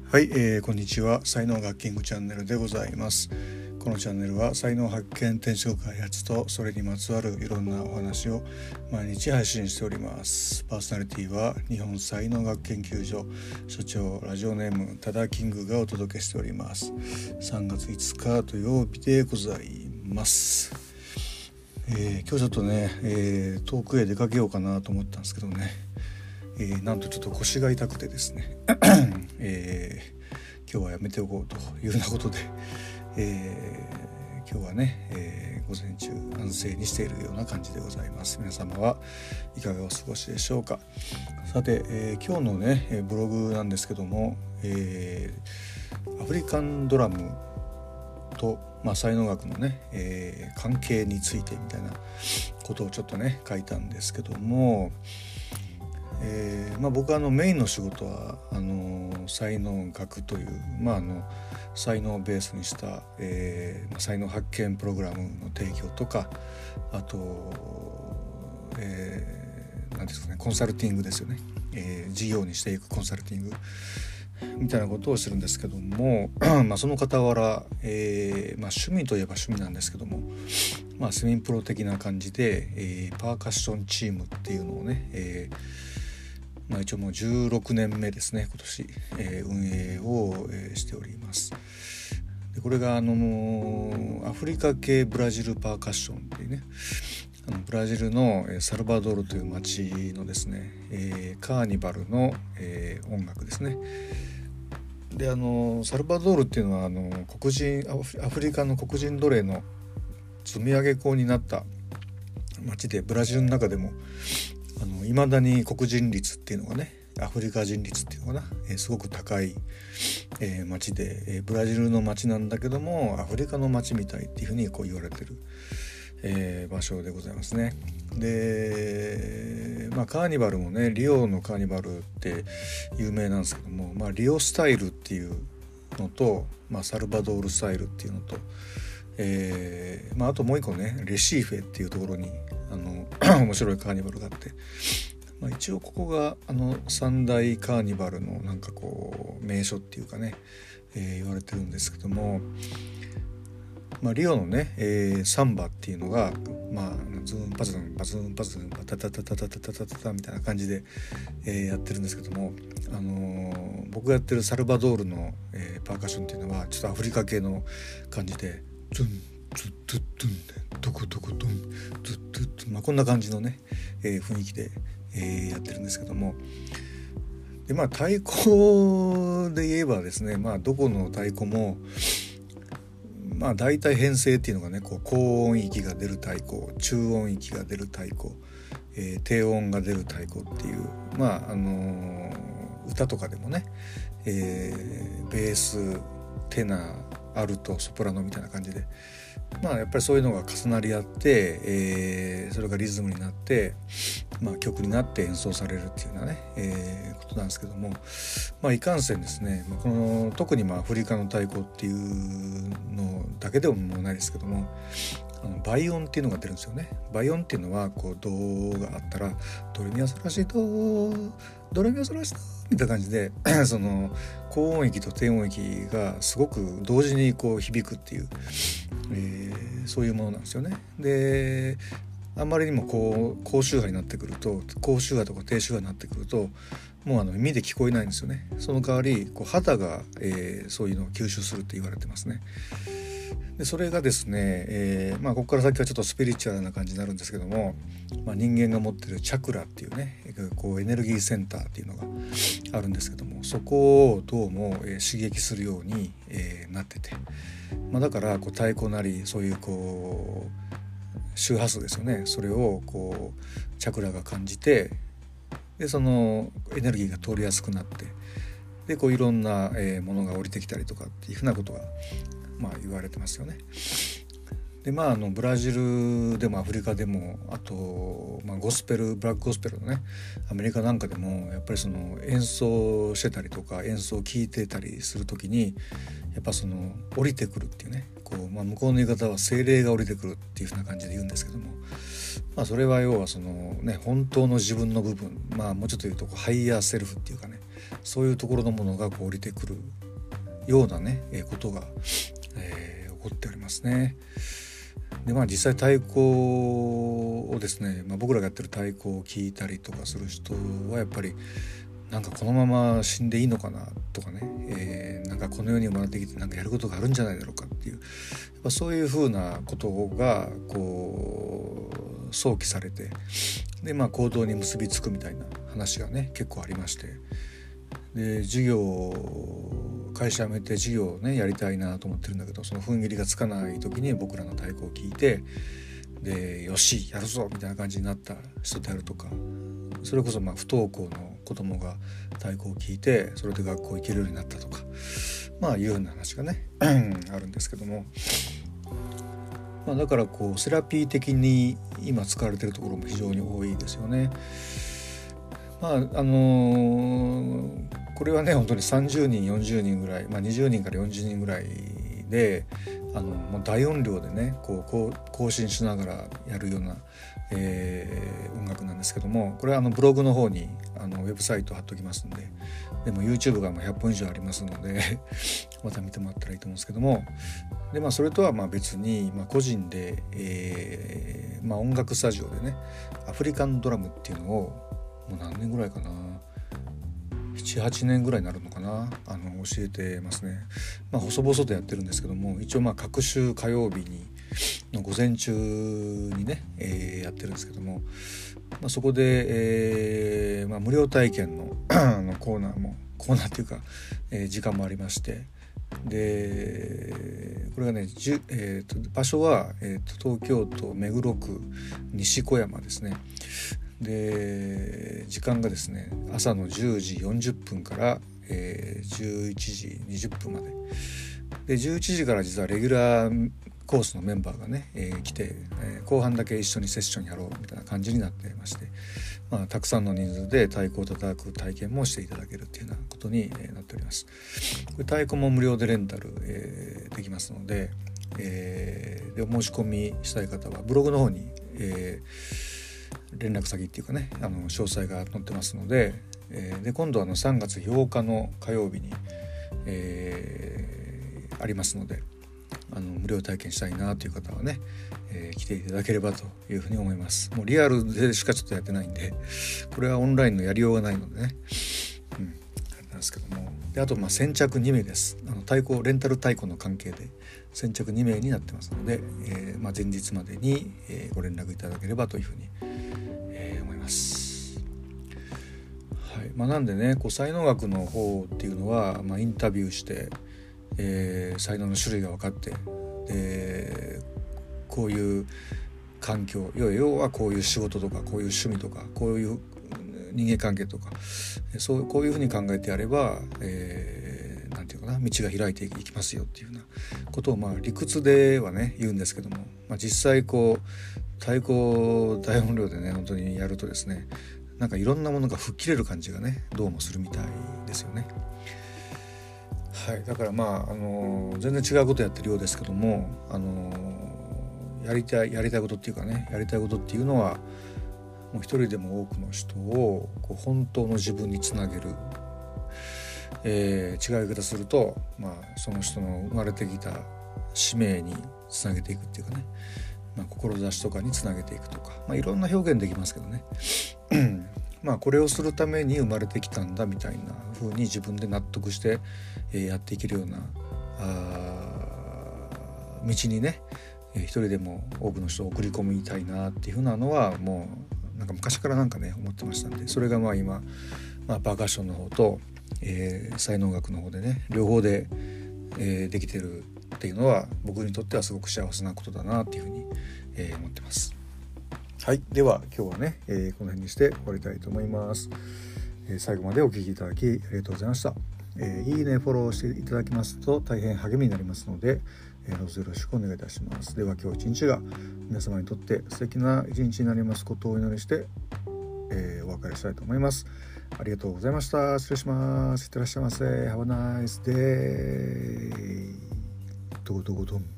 はい、こんにちは。才能学キングチャンネルでございます。このチャンネルは才能発見、転職開発とそれにまつわるいろんなお話を毎日配信しております。パーソナリティは日本才能学研究所所長ラジオネームタダキングがお届けしております。3月5日土曜日でございます。今日ちょっとね、遠くへ出かけようかなと思ったんですけどね、なんとちょっと腰が痛くてですね、今日はやめておこうというようなことで、今日はね、午前中安静にしているような感じでございます。皆様はいかがお過ごしでしょうか。さて、今日のねブログなんですけども、アフリカンドラムと、才能学のね、関係についてみたいなことをちょっとね書いたんですけども、僕はメインの仕事は才能学という、才能をベースにした、才能発見プログラムの提供とか、あと、なんですかね、コンサルティングですよね、事業にしていくコンサルティングみたいなことをしてるんですけどもその傍ら、趣味といえば趣味なんですけども、セミプロ的な感じで、パーカッションチームっていうのをね、一応もう16年目ですね今年、運営を、しております。でこれがアフリカ系ブラジルパーカッションっていうね、ブラジルのサルバドールという町のですね、カーニバルの、音楽ですね。でサルバドールっていうのはアフリカの黒人奴隷の積み上げ港になった町で、ブラジルの中でも未だに黒人率っていうのがね、アフリカ人率っていうのかな、すごく高い、町で、ブラジルの町なんだけどもアフリカの町みたいっていうふうに言われてる、場所でございますね。で、カーニバルもね、リオのカーニバルって有名なんですけども、リオスタイルっていうのと、サルバドールスタイルっていうのと、あともう一個ね、レシーフェっていうところに面白いカーニバルがあって、一応ここが三大カーニバルの名所っていうかね、言われてるんですけども、リオのね、サンバっていうのがズンパズンパズンパズンパタタタタタタタタタタみたいな感じで、やってるんですけども、僕がやってるサルバドールの、パーカッションっていうのはちょっとアフリカ系の感じで、ズンズッドゥッドゥンドコドコドンズッドゥッドン、こんな感じのね、雰囲気で、やってるんですけども、で太鼓で言えばですね、どこの太鼓も大体編成っていうのがね、高音域が出る太鼓、中音域が出る太鼓、低音が出る太鼓っていう、歌とかでもね、ベース、テナー、アルト、ソプラノみたいな感じで、やっぱりそういうのが重なり合って、それがリズムになって、曲になって演奏されるっていうようなね、ことなんですけども、いかんせんですね、特にアフリカの太鼓っていうのだけでもないですけども、倍音っていうのが出るんですよね。倍音っていうのはドがあったらドレミファソラシドドレミファソラシドみたいな感じでその高音域と低音域がすごく同時に響くっていう、そういうものなんですよね。であんまりにも高周波になってくると、高周波とか低周波になってくるともう耳で聞こえないんですよね。その代わり肌が、そういうのを吸収するって言われてますね。でそれがですね、ここから先はちょっとスピリチュアルな感じになるんですけども、人間が持ってるチャクラっていうね、エネルギーセンターっていうのがあるんですけども、そこをどうも、刺激するように、なってて、だから太鼓なりそういう周波数ですよね、それをチャクラが感じて、でそのエネルギーが通りやすくなって、でいろんな、ものが降りてきたりとかっていうふうなことが言われてますよね。でブラジルでもアフリカでも、あと、ゴスペル、ブラックゴスペルのね、アメリカなんかでもやっぱりその演奏してたりとか演奏を聴いてたりする時に、やっぱその降りてくるっていうね、向こうの言い方は精霊が降りてくるっていうふうな感じで言うんですけども、それは要はそのね、本当の自分の部分、もうちょっと言うとハイヤーセルフっていうかね、 そういうところのものがこう降りてくるようなね、ことが、起こっておりますね。で実際太鼓をですね、僕らがやってる太鼓を聞いたりとかする人はやっぱりなんかこのまま死んでいいのかなとかね、なんかこの世に生まれてきてなんかやることがあるんじゃないだろうかっていう、やっぱそういうふうなことがこう想起されて、で行動に結びつくみたいな話がね結構ありまして、で会社辞めて授業をねやりたいなと思ってるんだけど、その踏ん切りがつかない時に僕らの太鼓を聞いて、でよしやるぞみたいな感じになった人であるとか、それこそ不登校の子供が太鼓を聞いてそれで学校行けるようになったとか、いうような話がねあるんですけども、だからこうセラピー的に今使われているところも非常に多いですよね。これはね本当に30人40人ぐらい、20人から40人ぐらいでもう大音量でねこう更新しながらやるような、音楽なんですけども、これはブログの方にウェブサイト貼っときますんで、でも YouTube が100本以上ありますのでまた見てもらったらいいと思うんですけども、でそれとは別に、個人で、音楽スタジオでねアフリカンドラムっていうのをもう何年ぐらいかな、7,8年ぐらいになるのかな、教えてますね。細々とやってるんですけども、一応各週火曜日の午前中にね、やってるんですけども、そこで、無料体験のコーナーっていうか、時間もありまして、でこれがね、場所は、東京都目黒区西小山ですね。で時間がですね朝の10時40分から、11時20分までで、11時から実はレギュラーコースのメンバーがね、来て、後半だけ一緒にセッションやろうみたいな感じになってまして、たくさんの人数で太鼓を叩く体験もしていただけるっていうようなことに、なっております。これ太鼓も無料でレンタル、できますので、でお申し込みしたい方はブログの方に、連絡先っていうかね詳細が載ってますので、で今度は3月8日の火曜日に、ありますので、無料体験したいなという方はね、来ていただければというふうに思います。もうリアルでしかちょっとやってないんで、これはオンラインのやりようがないのでね、なんですけども、であと先着2名です。レンタル太鼓の関係で先着2名になってますので、前日までに、ご連絡いただければというふうに、思います。はい。なんでね才能学の方っていうのは、インタビューして、才能の種類が分かって、でこういう環境、要はこういう仕事とかこういう趣味とかこういう人間関係とか、こういうふうに考えてやれば、なんていうかな、道が開いていきますよっていうようなことを理屈ではね言うんですけども、実際太鼓を大音量でね本当にやるとですね、なんかいろんなものが吹っ切れる感じがねどうもするみたいですよね。はい。だから全然違うことやってるようですけども、やりたいことっていうかね、やりたいことっていうのはもう一人でも多くの人を本当の自分につなげる、違い方すると、その人の生まれてきた使命につなげていくっていうかね、志とかにつなげていくとか、いろんな表現できますけどねこれをするために生まれてきたんだみたいな風に自分で納得して、やっていけるような道にね、一人でも多くの人を送り込みたいなっていう風なのはもう昔から思ってましたんで、それが今、パーカッションの方と、才能学の方でね両方で、できてるっていうのは僕にとってはすごく幸せなことだなっていうふうに、思ってます。はい。では今日はね、この辺にして終わりたいと思います。最後までお聞きいただきありがとうございました。いいねフォローしていただきますと大変励みになりますので、どうぞよろしくお願いいたします。では今日一日が皆様にとって素敵な一日になりますことをお祈りして、お別れしたいと思います。ありがとうございました。失礼します。いってらっしゃいませ。Have a nice day。どこどん。